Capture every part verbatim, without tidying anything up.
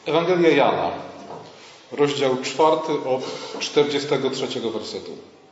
Ewangelia Jana, rozdział czwarty od czterdziestego trzeciego wersetu.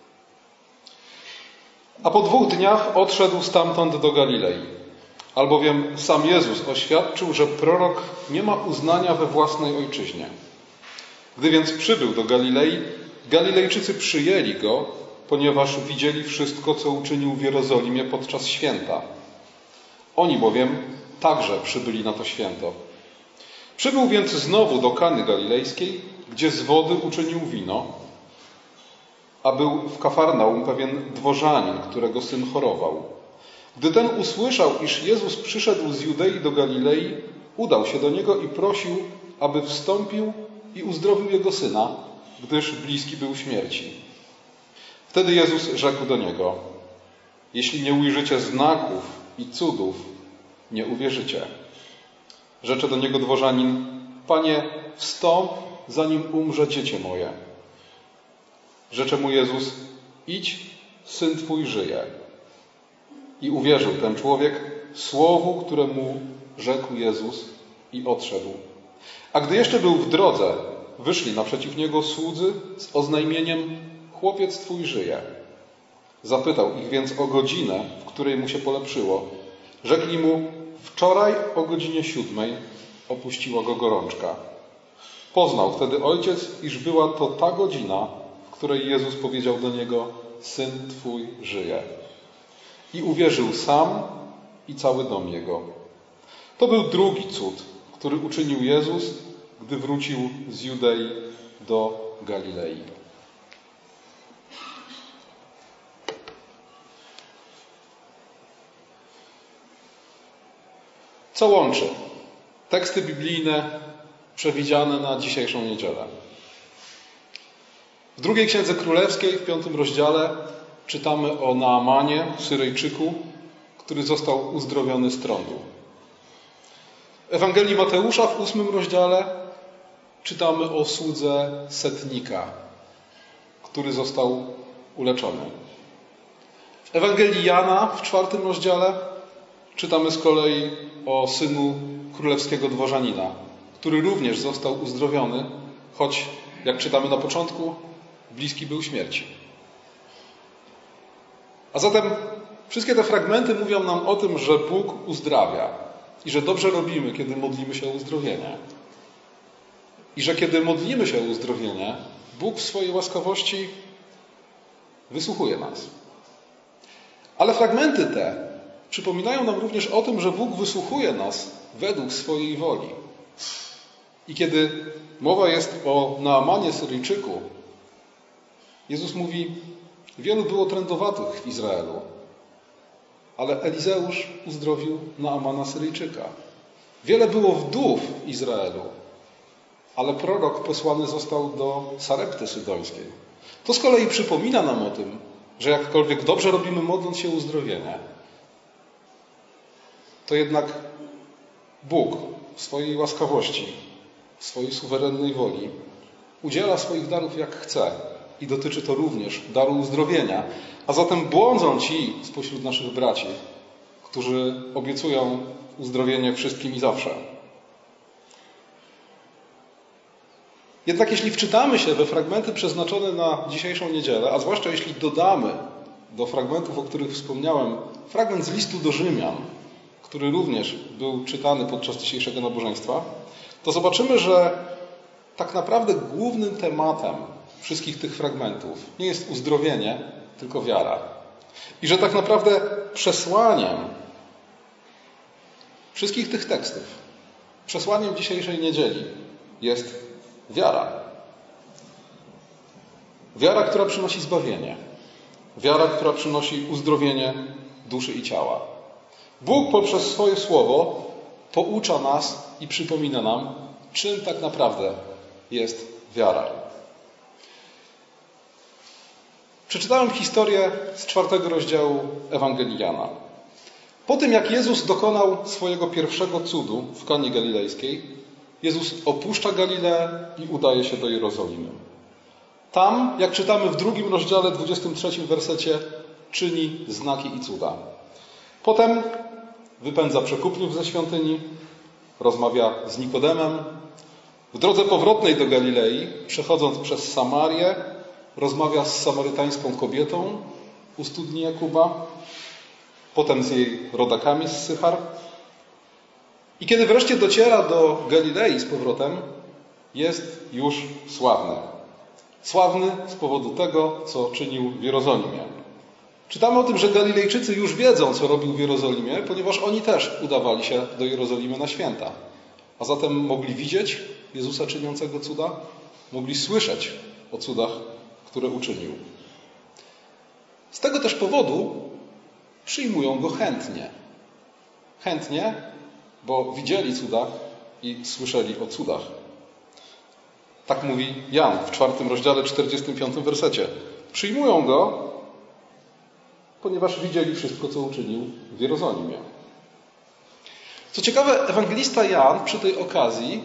A po dwóch dniach odszedł stamtąd do Galilei, albowiem sam Jezus oświadczył, że prorok nie ma uznania we własnej ojczyźnie. Gdy więc przybył do Galilei, Galilejczycy przyjęli go, ponieważ widzieli wszystko, co uczynił w Jerozolimie podczas święta. Oni bowiem także przybyli na to święto. Przybył więc znowu do Kany Galilejskiej, gdzie z wody uczynił wino, a był w Kafarnaum pewien dworzanin, którego syn chorował. Gdy ten usłyszał, iż Jezus przyszedł z Judei do Galilei, udał się do niego i prosił, aby wstąpił i uzdrowił jego syna, gdyż bliski był śmierci. Wtedy Jezus rzekł do niego: jeśli nie ujrzycie znaków i cudów, nie uwierzycie. Rzecze do niego dworzanin: Panie, wstąp, zanim umrze dziecię moje. Rzecze mu Jezus: idź, syn twój żyje. I uwierzył ten człowiek słowu, któremu rzekł Jezus, i odszedł. A gdy jeszcze był w drodze, wyszli naprzeciw niego słudzy z oznajmieniem: chłopiec twój żyje. Zapytał ich więc o godzinę, w której mu się polepszyło. Rzekli mu: wczoraj o godzinie siódmej opuściła go gorączka. Poznał wtedy ojciec, iż była to ta godzina, w której Jezus powiedział do niego: syn twój żyje. I uwierzył sam i cały dom jego. To był drugi cud, który uczynił Jezus, gdy wrócił z Judei do Galilei. Co łączy teksty biblijne przewidziane na dzisiejszą niedzielę? W drugiej Księdze Królewskiej, w piątym rozdziale, czytamy o Naamanie, Syryjczyku, który został uzdrowiony z trądu. W Ewangelii Mateusza w ósmym rozdziale czytamy o słudze setnika, który został uleczony. W Ewangelii Jana w czwartym rozdziale czytamy z kolei o synu królewskiego dworzanina, który również został uzdrowiony, choć, jak czytamy na początku, bliski był śmierci. A zatem wszystkie te fragmenty mówią nam o tym, że Bóg uzdrawia i że dobrze robimy, kiedy modlimy się o uzdrowienie. I że kiedy modlimy się o uzdrowienie, Bóg w swojej łaskawości wysłuchuje nas. Ale fragmenty te przypominają nam również o tym, że Bóg wysłuchuje nas według swojej woli. I kiedy mowa jest o Naamanie Syryjczyku, Jezus mówi: wielu było trędowatych w Izraelu, ale Elizeusz uzdrowił Naamana Syryjczyka. Wiele było wdów w Izraelu, ale prorok posłany został do Sarepty Sydońskiej. To z kolei przypomina nam o tym, że jakkolwiek dobrze robimy, modląc się o uzdrowienie, to jednak Bóg w swojej łaskawości, w swojej suwerennej woli udziela swoich darów jak chce i dotyczy to również daru uzdrowienia. A zatem błądzą ci spośród naszych braci, którzy obiecują uzdrowienie wszystkim i zawsze. Jednak jeśli wczytamy się we fragmenty przeznaczone na dzisiejszą niedzielę, a zwłaszcza jeśli dodamy do fragmentów, o których wspomniałem, fragment z listu do Rzymian, który również był czytany podczas dzisiejszego nabożeństwa, to zobaczymy, że tak naprawdę głównym tematem wszystkich tych fragmentów nie jest uzdrowienie, tylko wiara. I że tak naprawdę przesłaniem wszystkich tych tekstów, przesłaniem dzisiejszej niedzieli jest wiara. Wiara, która przynosi zbawienie. Wiara, która przynosi uzdrowienie duszy i ciała. Bóg poprzez swoje słowo poucza nas i przypomina nam, czym tak naprawdę jest wiara. Przeczytałem historię z czwartego rozdziału Ewangelii Jana. Po tym, jak Jezus dokonał swojego pierwszego cudu w Kanie Galilejskiej, Jezus opuszcza Galileę i udaje się do Jerozolimy. Tam, jak czytamy w drugim rozdziale, dwudziestym trzecim wersecie, czyni znaki i cuda. Potem wypędza przekupniów ze świątyni, rozmawia z Nikodemem, W drodze powrotnej do Galilei, przechodząc przez Samarię, rozmawia z samarytańską kobietą u studni Jakuba, potem z jej rodakami z Sychar. I kiedy wreszcie dociera do Galilei z powrotem, jest już sławny. Sławny z powodu tego, co czynił w Jerozolimie. Czytamy o tym, że Galilejczycy już wiedzą, co robił w Jerozolimie, ponieważ oni też udawali się do Jerozolimy na święta. A zatem mogli widzieć Jezusa czyniącego cuda, mogli słyszeć o cudach, które uczynił. Z tego też powodu przyjmują Go chętnie. Chętnie, bo widzieli cuda i słyszeli o cudach. Tak mówi Jan w czwartym rozdziale, czterdziestym piątym wersecie. Przyjmują Go, ponieważ widzieli wszystko, co uczynił w Jerozolimie. Co ciekawe, ewangelista Jan przy tej okazji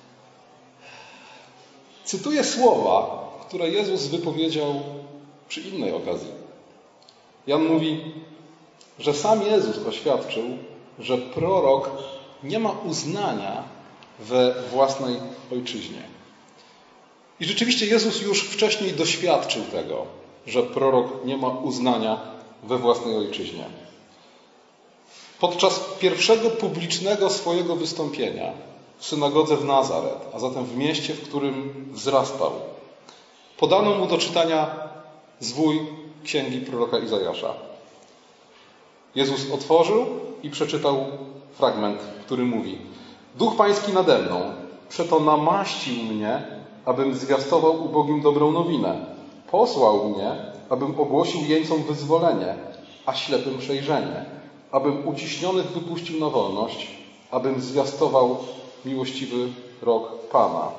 cytuje słowa, które Jezus wypowiedział przy innej okazji. Jan mówi, że sam Jezus oświadczył, że prorok nie ma uznania we własnej ojczyźnie. I rzeczywiście Jezus już wcześniej doświadczył tego, że prorok nie ma uznania we własnej ojczyźnie. Podczas pierwszego publicznego swojego wystąpienia w synagodze w Nazaret, a zatem w mieście, w którym wzrastał, podano mu do czytania zwój księgi proroka Izajasza. Jezus otworzył i przeczytał fragment, który mówi: Duch Pański nade mną, przeto namaścił mnie, abym zwiastował ubogim dobrą nowinę. Posłał mnie, abym ogłosił jeńcom wyzwolenie, a ślepym przejrzenie, abym uciśnionych wypuścił na wolność, abym zwiastował miłościwy rok Pana.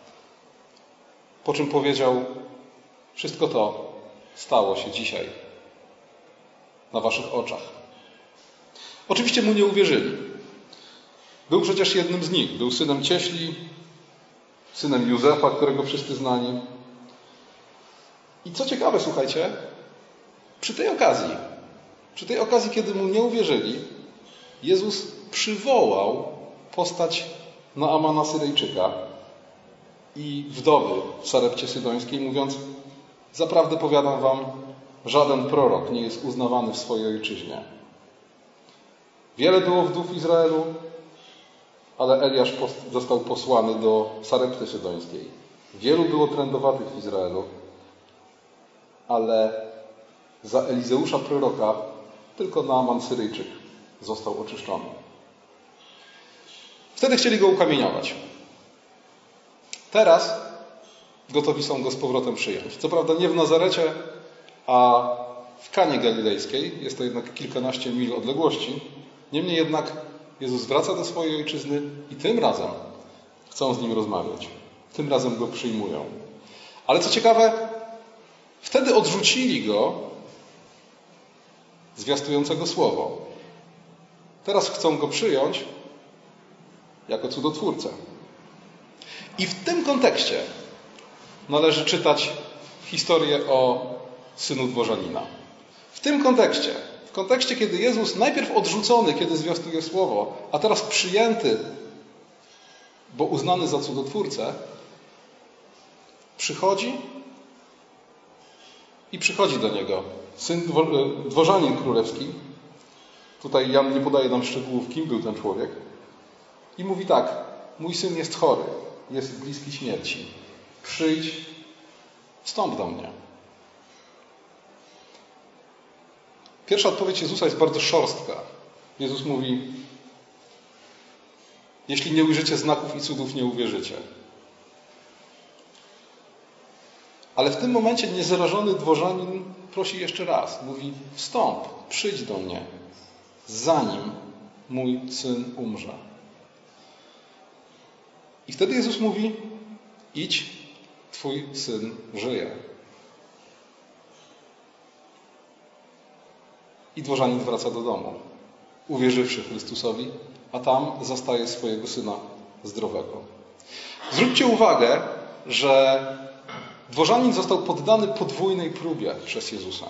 Po czym powiedział: wszystko to stało się dzisiaj na waszych oczach. Oczywiście mu nie uwierzyli. Był przecież jednym z nich. Był synem cieśli, synem Józefa, którego wszyscy znali. I co ciekawe, słuchajcie, przy tej okazji, przy tej okazji, kiedy mu nie uwierzyli, Jezus przywołał postać Naamana Syryjczyka i wdowy w Sarepcie Sydońskiej, mówiąc: zaprawdę powiadam wam, żaden prorok nie jest uznawany w swojej ojczyźnie. Wiele było wdów w Izraelu, ale Eliasz został posłany do Sarepty Sydońskiej. Wielu było trędowatych w Izraelu, ale za Elizeusza proroka tylko Naaman Syryjczyk został oczyszczony. Wtedy chcieli go ukamieniować. Teraz gotowi są go z powrotem przyjąć. Co prawda nie w Nazarecie, a w Kanie Galilejskiej. Jest to jednak kilkanaście mil odległości. Niemniej jednak Jezus wraca do swojej ojczyzny i tym razem chcą z nim rozmawiać. Tym razem go przyjmują. Ale co ciekawe, wtedy odrzucili go zwiastującego słowo. Teraz chcą go przyjąć jako cudotwórcę. I w tym kontekście należy czytać historię o synu dworzanina. W tym kontekście, w kontekście, kiedy Jezus najpierw odrzucony, kiedy zwiastuje słowo, a teraz przyjęty, bo uznany za cudotwórcę, przychodzi i przychodzi do niego syn dworzanin królewski. Tutaj Jan nie podaje nam szczegółów, kim był ten człowiek. I mówi tak: mój syn jest chory, jest bliski śmierci. Przyjdź, wstąp do mnie. Pierwsza odpowiedź Jezusa jest bardzo szorstka. Jezus mówi: jeśli nie ujrzycie znaków i cudów, nie uwierzycie. Ale w tym momencie niezrażony dworzanin prosi jeszcze raz. Mówi: wstąp, przyjdź do mnie, zanim mój syn umrze. I wtedy Jezus mówi: idź, twój syn żyje. I dworzanin wraca do domu, uwierzywszy Chrystusowi, a tam zastaje swojego syna zdrowego. Zwróćcie uwagę, że dworzanin został poddany podwójnej próbie przez Jezusa.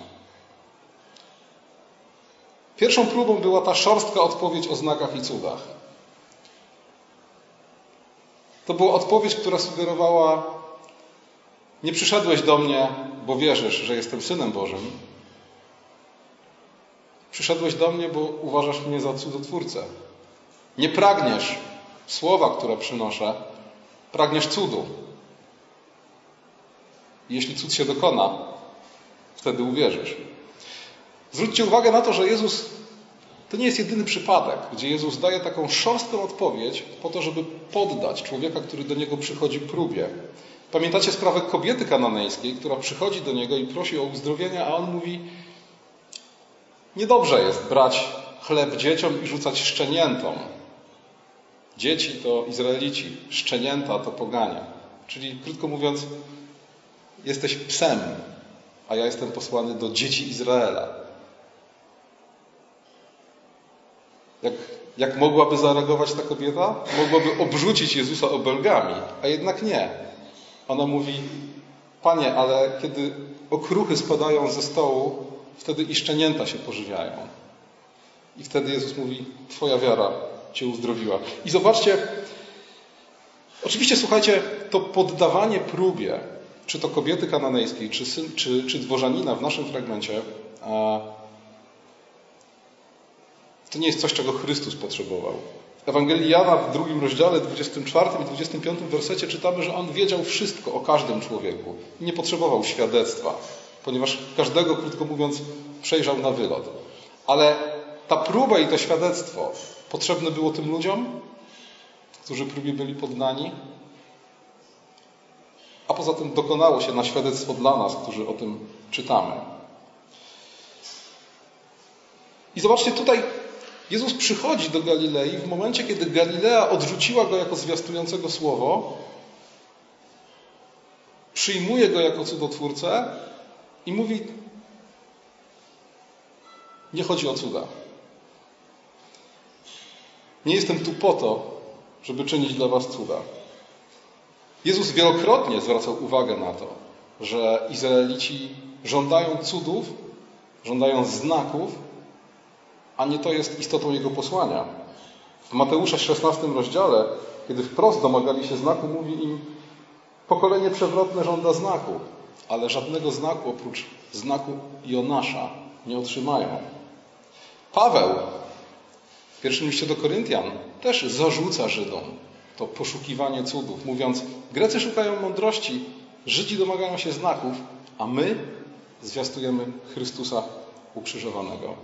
Pierwszą próbą była ta szorstka odpowiedź o znakach i cudach. To była odpowiedź, która sugerowała: nie przyszedłeś do mnie, bo wierzysz, że jestem Synem Bożym. Przyszedłeś do mnie, bo uważasz mnie za cudotwórcę. Nie pragniesz słowa, które przynoszę, pragniesz cudu. Jeśli cud się dokona, wtedy uwierzysz. Zwróćcie uwagę na to, że Jezus to nie jest jedyny przypadek, gdzie Jezus daje taką szorstką odpowiedź po to, żeby poddać człowieka, który do Niego przychodzi, próbie. Pamiętacie sprawę kobiety kananejskiej, która przychodzi do Niego i prosi o uzdrowienie, a On mówi: niedobrze jest brać chleb dzieciom i rzucać szczeniętom. Dzieci to Izraelici, szczenięta to poganie. Czyli krótko mówiąc, jesteś psem, a ja jestem posłany do dzieci Izraela. Jak, jak mogłaby zareagować ta kobieta? Mogłaby obrzucić Jezusa obelgami, a jednak nie. Ona mówi: Panie, ale kiedy okruchy spadają ze stołu, wtedy i szczenięta się pożywiają. I wtedy Jezus mówi: twoja wiara cię uzdrowiła. I zobaczcie, oczywiście słuchajcie, to poddawanie próbie, czy to kobiety kananejskiej, czy, syn, czy, czy dworzanina w naszym fragmencie, to nie jest coś, czego Chrystus potrzebował. W Ewangelii Jana w drugim rozdziale, dwudziestym czwartym i dwudziestym piątym wersecie czytamy, że On wiedział wszystko o każdym człowieku i nie potrzebował świadectwa, ponieważ każdego, krótko mówiąc, przejrzał na wylot. Ale ta próba i to świadectwo potrzebne było tym ludziom, którzy próbie byli poddani, a poza tym dokonało się na świadectwo dla nas, którzy o tym czytamy. I zobaczcie, tutaj Jezus przychodzi do Galilei w momencie, kiedy Galilea odrzuciła Go jako zwiastującego słowo, przyjmuje Go jako cudotwórcę i mówi: nie chodzi o cuda. Nie jestem tu po to, żeby czynić dla was cuda. Jezus wielokrotnie zwracał uwagę na to, że Izraelici żądają cudów, żądają znaków, a nie to jest istotą Jego posłania. W Mateusza szesnastym rozdziale, kiedy wprost domagali się znaku, mówi im: pokolenie przewrotne żąda znaku, ale żadnego znaku oprócz znaku Jonasza nie otrzymają. Paweł w pierwszym liście do Koryntian też zarzuca Żydom to poszukiwanie cudów, mówiąc: Grecy szukają mądrości, Żydzi domagają się znaków, a my zwiastujemy Chrystusa ukrzyżowanego.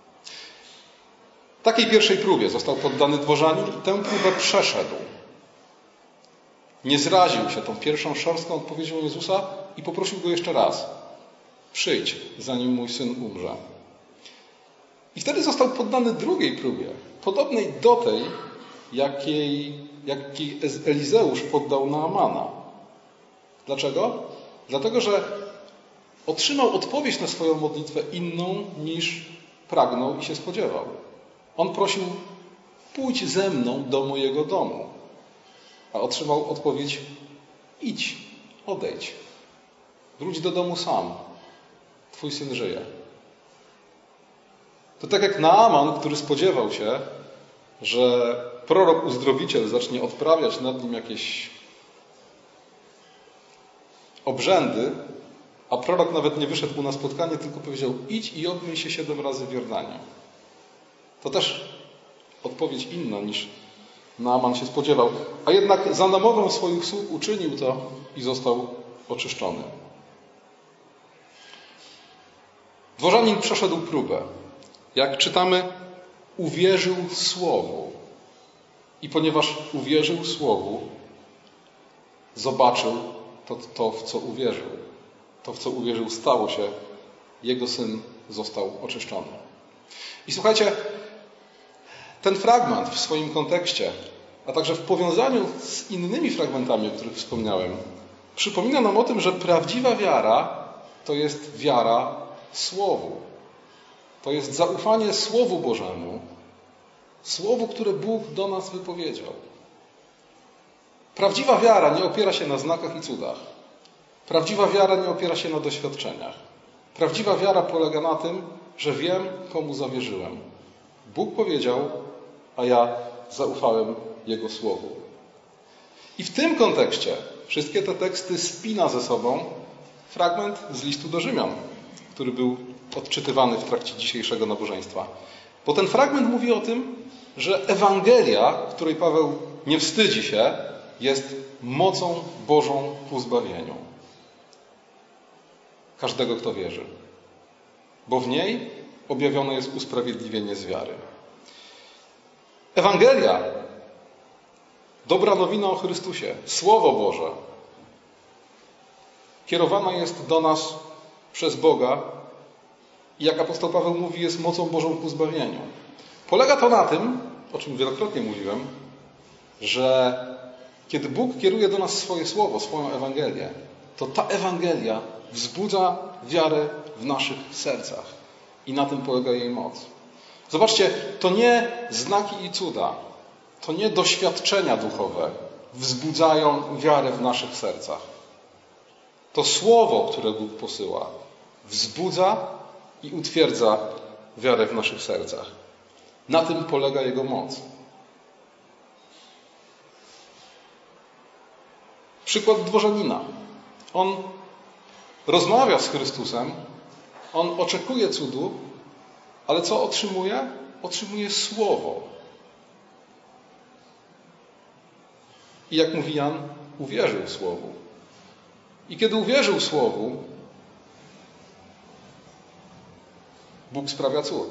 Takiej pierwszej próbie został poddany dworzanin i tę próbę przeszedł. Nie zraził się tą pierwszą szorstką odpowiedzią Jezusa i poprosił Go jeszcze raz: przyjdź, zanim mój syn umrze. I wtedy został poddany drugiej próbie, podobnej do tej, jakiej, jakiej Elizeusz poddał Naamana. Dlaczego? Dlatego, że otrzymał odpowiedź na swoją modlitwę inną niż pragnął i się spodziewał. On prosił: pójdź ze mną do mojego domu. A otrzymał odpowiedź: idź, odejdź. Wróć do domu sam. Twój syn żyje. To tak jak Naaman, który spodziewał się, że prorok uzdrowiciel zacznie odprawiać nad nim jakieś obrzędy, a prorok nawet nie wyszedł mu na spotkanie, tylko powiedział: idź i obmyj się siedem razy w Jordanie. To też odpowiedź inna niż Naaman się spodziewał. A jednak za namową swoich sług uczynił to i został oczyszczony. Dworzanin przeszedł próbę. Jak czytamy, uwierzył Słowu. I ponieważ uwierzył Słowu, zobaczył to, to, w co uwierzył. To, w co uwierzył, stało się. Jego syn został oczyszczony. I słuchajcie, ten fragment w swoim kontekście, a także w powiązaniu z innymi fragmentami, o których wspomniałem, przypomina nam o tym, że prawdziwa wiara to jest wiara Słowu. To jest zaufanie Słowu Bożemu, Słowu, które Bóg do nas wypowiedział. Prawdziwa wiara nie opiera się na znakach i cudach. Prawdziwa wiara nie opiera się na doświadczeniach. Prawdziwa wiara polega na tym, że wiem, komu zawierzyłem. Bóg powiedział, a ja zaufałem Jego Słowu. I w tym kontekście wszystkie te teksty spina ze sobą fragment z listu do Rzymian, który był odczytywany w trakcie dzisiejszego nabożeństwa. Bo ten fragment mówi o tym, że Ewangelia, której Paweł nie wstydzi się, jest mocą Bożą ku zbawieniu każdego, kto wierzy. Bo w niej objawione jest usprawiedliwienie z wiary. Ewangelia, dobra nowina o Chrystusie, Słowo Boże, kierowana jest do nas przez Boga i jak apostoł Paweł mówi, jest mocą Bożą ku zbawieniu. Polega to na tym, o czym wielokrotnie mówiłem, że kiedy Bóg kieruje do nas swoje Słowo, swoją Ewangelię, to ta Ewangelia wzbudza wiarę w naszych sercach. I na tym polega jej moc. Zobaczcie, to nie znaki i cuda, to nie doświadczenia duchowe wzbudzają wiarę w naszych sercach. To Słowo, które Bóg posyła, wzbudza i utwierdza wiarę w naszych sercach. Na tym polega Jego moc. Przykład dworzanina. On rozmawia z Chrystusem, on oczekuje cudu, ale co otrzymuje? Otrzymuje Słowo. I jak mówi Jan, uwierzył Słowu. I kiedy uwierzył Słowu, Bóg sprawia cud.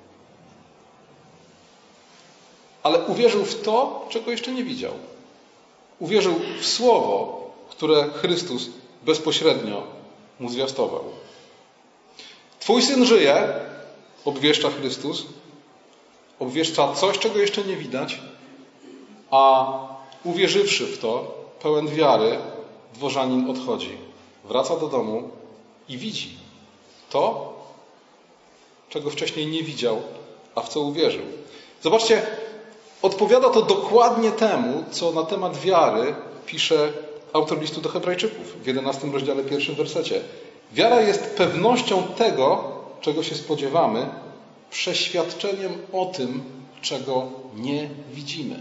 Ale uwierzył w to, czego jeszcze nie widział. Uwierzył w Słowo, które Chrystus bezpośrednio mu zwiastował. Twój Syn żyje, obwieszcza Chrystus, obwieszcza coś, czego jeszcze nie widać, a uwierzywszy w to, pełen wiary, dworzanin odchodzi. Wraca do domu i widzi to, czego wcześniej nie widział, a w co uwierzył. Zobaczcie, odpowiada to dokładnie temu, co na temat wiary pisze autor listu do Hebrajczyków w jedenastym rozdziale, pierwszym wersecie. Wiara jest pewnością tego, czego się spodziewamy, przeświadczeniem o tym, czego nie widzimy.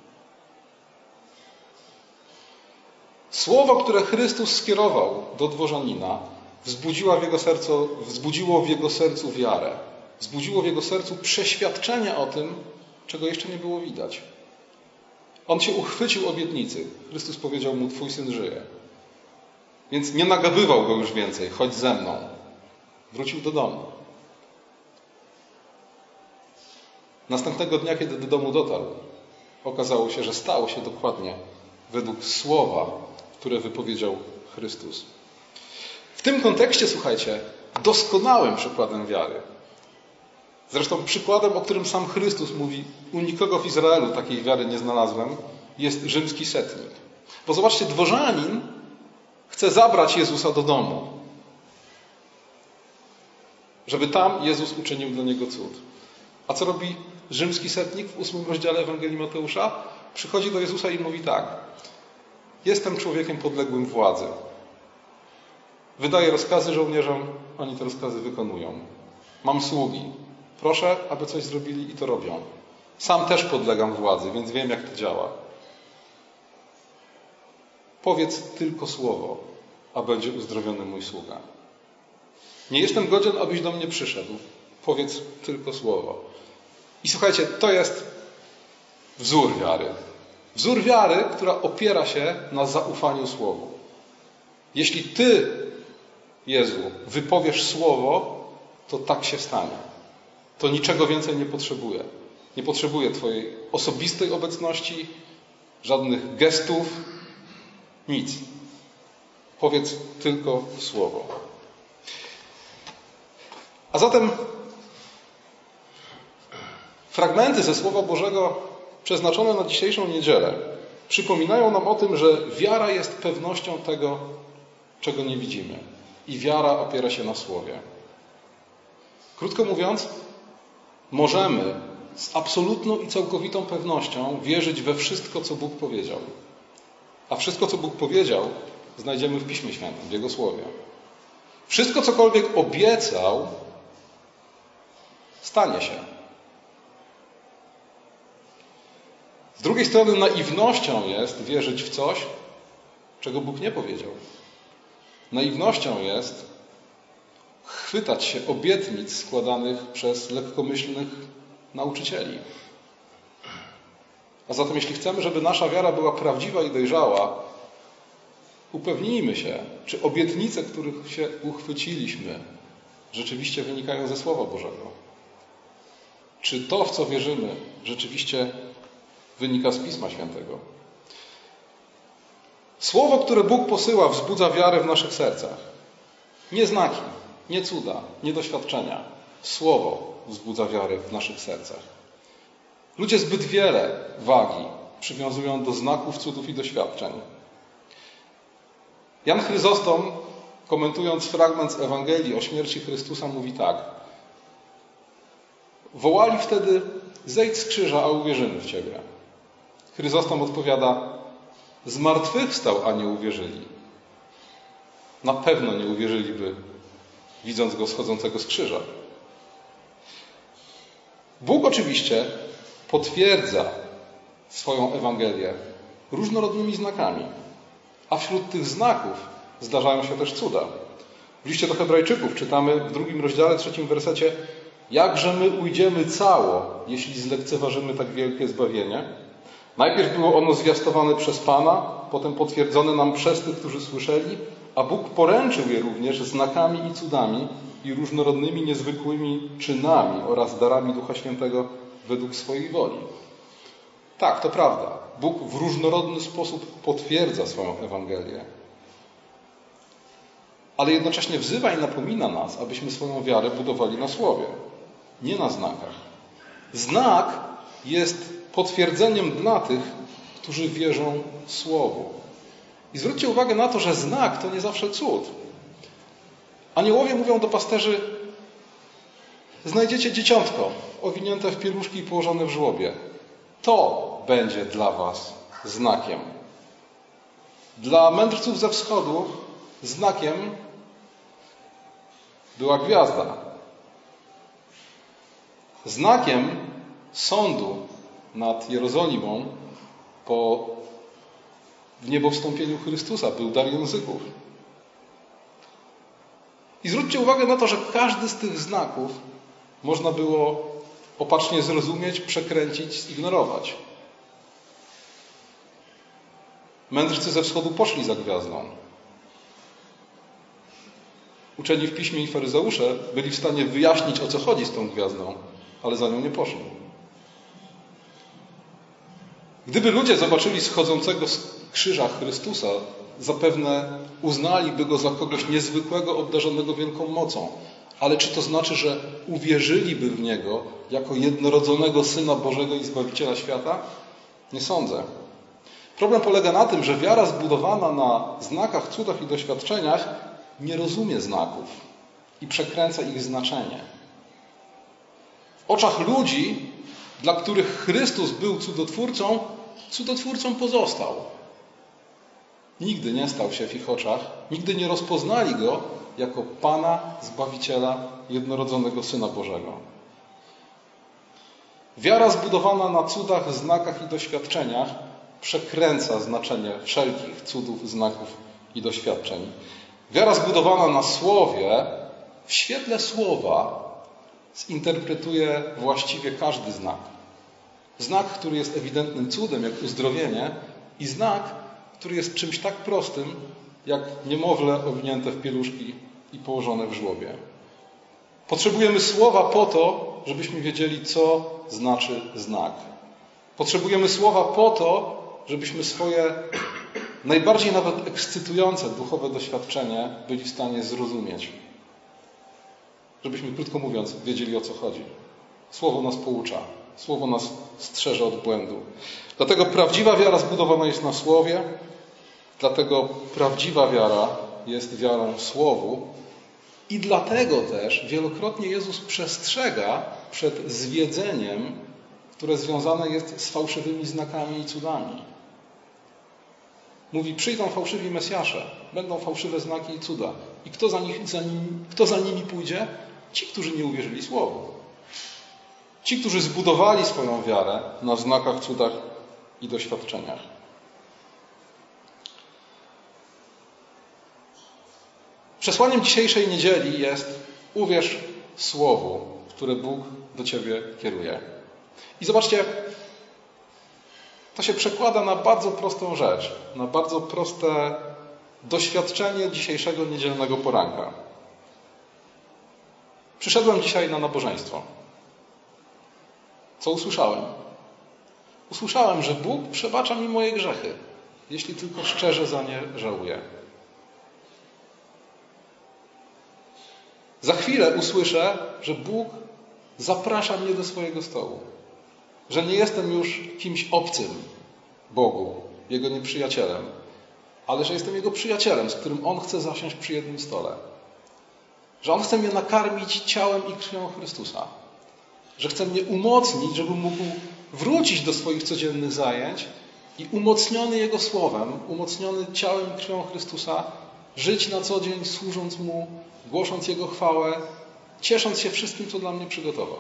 Słowo, które Chrystus skierował do dworzanina, wzbudziło w jego sercu, wzbudziło w jego sercu wiarę. Wzbudziło w jego sercu przeświadczenie o tym, czego jeszcze nie było widać. On się uchwycił obietnicy. Chrystus powiedział mu, Twój Syn żyje. Więc nie nagabywał go już więcej, chodź ze mną. Wrócił do domu. Następnego dnia, kiedy do domu dotarł, okazało się, że stało się dokładnie według słowa, które wypowiedział Chrystus. W tym kontekście, słuchajcie, doskonałym przykładem wiary, zresztą przykładem, o którym sam Chrystus mówi, u nikogo w Izraelu takiej wiary nie znalazłem, jest rzymski setnik. Bo zobaczcie, dworzanin chce zabrać Jezusa do domu, żeby tam Jezus uczynił dla niego cud. A co robi rzymski setnik w ósmym rozdziale Ewangelii Mateusza? Przychodzi do Jezusa i mówi tak. Jestem człowiekiem podległym władzy. Wydaję rozkazy żołnierzom, oni te rozkazy wykonują. Mam sługi. Proszę, aby coś zrobili i to robią. Sam też podlegam władzy, więc wiem, jak to działa. Powiedz tylko słowo, a będzie uzdrowiony mój sługa. Nie jestem godzien, abyś do mnie przyszedł. Powiedz tylko słowo. I słuchajcie, to jest wzór wiary. Wzór wiary, która opiera się na zaufaniu Słowu. Jeśli Ty, Jezu, wypowiesz Słowo, to tak się stanie. To niczego więcej nie potrzebuje. Nie potrzebuje Twojej osobistej obecności, żadnych gestów, nic. Powiedz tylko Słowo. A zatem fragmenty ze Słowa Bożego przeznaczone na dzisiejszą niedzielę przypominają nam o tym, że wiara jest pewnością tego, czego nie widzimy. I wiara opiera się na Słowie. Krótko mówiąc, możemy z absolutną i całkowitą pewnością wierzyć we wszystko, co Bóg powiedział. A wszystko, co Bóg powiedział, znajdziemy w Piśmie Świętym, w Jego Słowie. Wszystko, cokolwiek obiecał, stanie się. Z drugiej strony naiwnością jest wierzyć w coś, czego Bóg nie powiedział. Naiwnością jest chwytać się obietnic składanych przez lekkomyślnych nauczycieli. A zatem jeśli chcemy, żeby nasza wiara była prawdziwa i dojrzała, upewnijmy się, czy obietnice, których się uchwyciliśmy, rzeczywiście wynikają ze Słowa Bożego. Czy to, w co wierzymy, rzeczywiście wynika z Pisma Świętego. Słowo, które Bóg posyła, wzbudza wiarę w naszych sercach. Nie znaki, nie cuda, nie doświadczenia. Słowo wzbudza wiarę w naszych sercach. Ludzie zbyt wiele wagi przywiązują do znaków, cudów i doświadczeń. Jan Chryzostom, komentując fragment z Ewangelii o śmierci Chrystusa, mówi tak. Wołali wtedy: zejdź z krzyża, a uwierzymy w Ciebie. Chryzostom odpowiada: zmartwychwstał, a nie uwierzyli. Na pewno nie uwierzyliby, widząc Go schodzącego z krzyża. Bóg oczywiście potwierdza swoją Ewangelię różnorodnymi znakami, a wśród tych znaków zdarzają się też cuda. W liście do Hebrajczyków czytamy w drugim rozdziale, trzecim wersecie: jakże my ujdziemy cało, jeśli zlekceważymy tak wielkie zbawienie? Najpierw było ono zwiastowane przez Pana, potem potwierdzone nam przez tych, którzy słyszeli, a Bóg poręczył je również znakami i cudami i różnorodnymi, niezwykłymi czynami oraz darami Ducha Świętego według swojej woli. Tak, to prawda. Bóg w różnorodny sposób potwierdza swoją Ewangelię. Ale jednocześnie wzywa i napomina nas, abyśmy swoją wiarę budowali na Słowie, nie na znakach. Znak jest potwierdzeniem dla tych, którzy wierzą Słowu. I zwróćcie uwagę na to, że znak to nie zawsze cud. Aniołowie mówią do pasterzy: znajdziecie dzieciątko owinięte w pieluszki i położone w żłobie. To będzie dla was znakiem. Dla mędrców ze wschodu znakiem była gwiazda. Znakiem sądu nad Jerozolimą po wniebowstąpieniu Chrystusa był dar języków. I zwróćcie uwagę na to, że każdy z tych znaków można było opacznie zrozumieć, przekręcić, zignorować. Mędrcy ze wschodu poszli za gwiazdą. Uczeni w piśmie i faryzeusze byli w stanie wyjaśnić, o co chodzi z tą gwiazdą, ale za nią nie poszli. Gdyby ludzie zobaczyli schodzącego z krzyża Chrystusa, zapewne uznaliby Go za kogoś niezwykłego, obdarzonego wielką mocą. Ale czy to znaczy, że uwierzyliby w Niego jako jednorodzonego Syna Bożego i Zbawiciela świata? Nie sądzę. Problem polega na tym, że wiara zbudowana na znakach, cudach i doświadczeniach nie rozumie znaków i przekręca ich znaczenie. W oczach ludzi, dla których Chrystus był cudotwórcą, cudotwórcą pozostał. Nigdy nie stał się w ich oczach, nigdy nie rozpoznali Go jako Pana, Zbawiciela, jednorodzonego Syna Bożego. Wiara zbudowana na cudach, znakach i doświadczeniach przekręca znaczenie wszelkich cudów, znaków i doświadczeń. Wiara zbudowana na Słowie, w świetle Słowa zinterpretuje właściwie każdy znak. Znak, który jest ewidentnym cudem, jak uzdrowienie, i znak, który jest czymś tak prostym, jak niemowlę owinięte w pieluszki i położone w żłobie. Potrzebujemy Słowa po to, żebyśmy wiedzieli, co znaczy znak. Potrzebujemy Słowa po to, żebyśmy swoje najbardziej nawet ekscytujące duchowe doświadczenie byli w stanie zrozumieć. Żebyśmy, krótko mówiąc, wiedzieli, o co chodzi. Słowo nas poucza. Słowo nas strzeże od błędu. Dlatego prawdziwa wiara zbudowana jest na Słowie. Dlatego prawdziwa wiara jest wiarą Słowu. I dlatego też wielokrotnie Jezus przestrzega przed zwiedzeniem, które związane jest z fałszywymi znakami i cudami. Mówi: przyjdą fałszywi Mesjasze, będą fałszywe znaki i cuda. I kto za, nich, za, nim, kto za nimi pójdzie? Ci, którzy nie uwierzyli Słowu. Ci, którzy zbudowali swoją wiarę na znakach, cudach i doświadczeniach. Przesłaniem dzisiejszej niedzieli jest: uwierz Słowu, które Bóg do ciebie kieruje. I zobaczcie, to się przekłada na bardzo prostą rzecz, na bardzo proste doświadczenie dzisiejszego niedzielnego poranka. Przyszedłem dzisiaj na nabożeństwo. Co usłyszałem? Usłyszałem, że Bóg przebacza mi moje grzechy, jeśli tylko szczerze za nie żałuję. Za chwilę usłyszę, że Bóg zaprasza mnie do swojego stołu. Że nie jestem już kimś obcym Bogu, Jego nieprzyjacielem, ale że jestem Jego przyjacielem, z którym On chce zasiąść przy jednym stole. Że On chce mnie nakarmić ciałem i krwią Chrystusa. Że chce mnie umocnić, żebym mógł wrócić do swoich codziennych zajęć i umocniony Jego Słowem, umocniony ciałem i krwią Chrystusa, żyć na co dzień, służąc Mu, głosząc Jego chwałę, ciesząc się wszystkim, co dla mnie przygotował.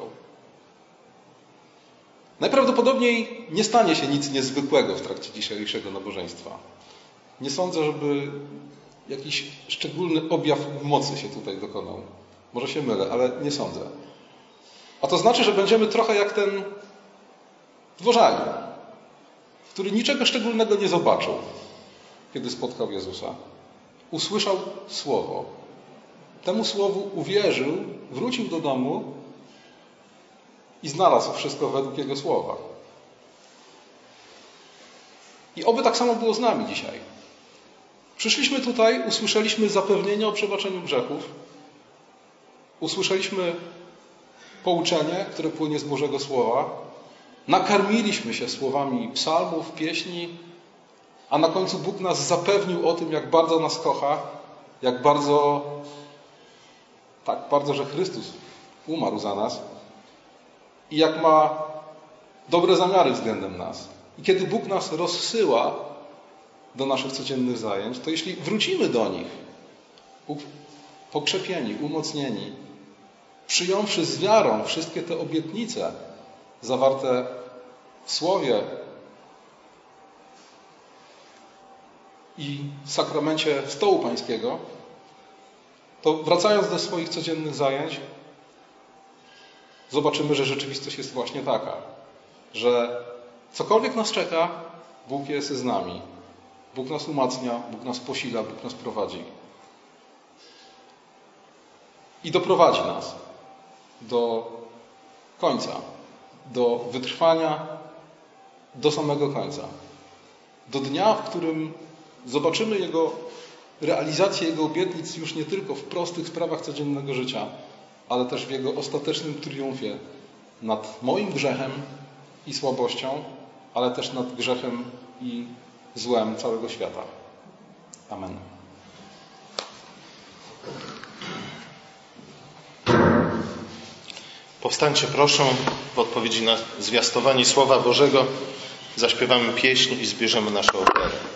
Najprawdopodobniej nie stanie się nic niezwykłego w trakcie dzisiejszego nabożeństwa. Nie sądzę, żeby jakiś szczególny objaw mocy się tutaj dokonał. Może się mylę, ale nie sądzę. A to znaczy, że będziemy trochę jak ten dworzanin, który niczego szczególnego nie zobaczył, kiedy spotkał Jezusa. Usłyszał słowo. Temu słowu uwierzył, wrócił do domu i znalazł wszystko według Jego słowa. I oby tak samo było z nami dzisiaj. Przyszliśmy tutaj, usłyszeliśmy zapewnienie o przebaczeniu grzechów, usłyszeliśmy pouczenie, które płynie z Bożego Słowa, nakarmiliśmy się słowami psalmów, pieśni, a na końcu Bóg nas zapewnił o tym, jak bardzo nas kocha, jak bardzo, tak bardzo, że Chrystus umarł za nas i jak ma dobre zamiary względem nas. I kiedy Bóg nas rozsyła do naszych codziennych zajęć, to jeśli wrócimy do nich pokrzepieni, umocnieni, przyjąwszy z wiarą wszystkie te obietnice zawarte w Słowie i w sakramencie stołu pańskiego, to wracając do swoich codziennych zajęć, zobaczymy, że rzeczywistość jest właśnie taka, że cokolwiek nas czeka, Bóg jest z nami. Bóg nas umacnia, Bóg nas posila, Bóg nas prowadzi. I doprowadzi nas do końca, do wytrwania, do samego końca. Do dnia, w którym zobaczymy Jego realizację Jego obietnic już nie tylko w prostych sprawach codziennego życia, ale też w Jego ostatecznym triumfie nad moim grzechem i słabością, ale też nad grzechem i złem całego świata. Amen. Powstańcie proszę, w odpowiedzi na zwiastowanie Słowa Bożego zaśpiewamy pieśń i zbierzemy nasze ofiary.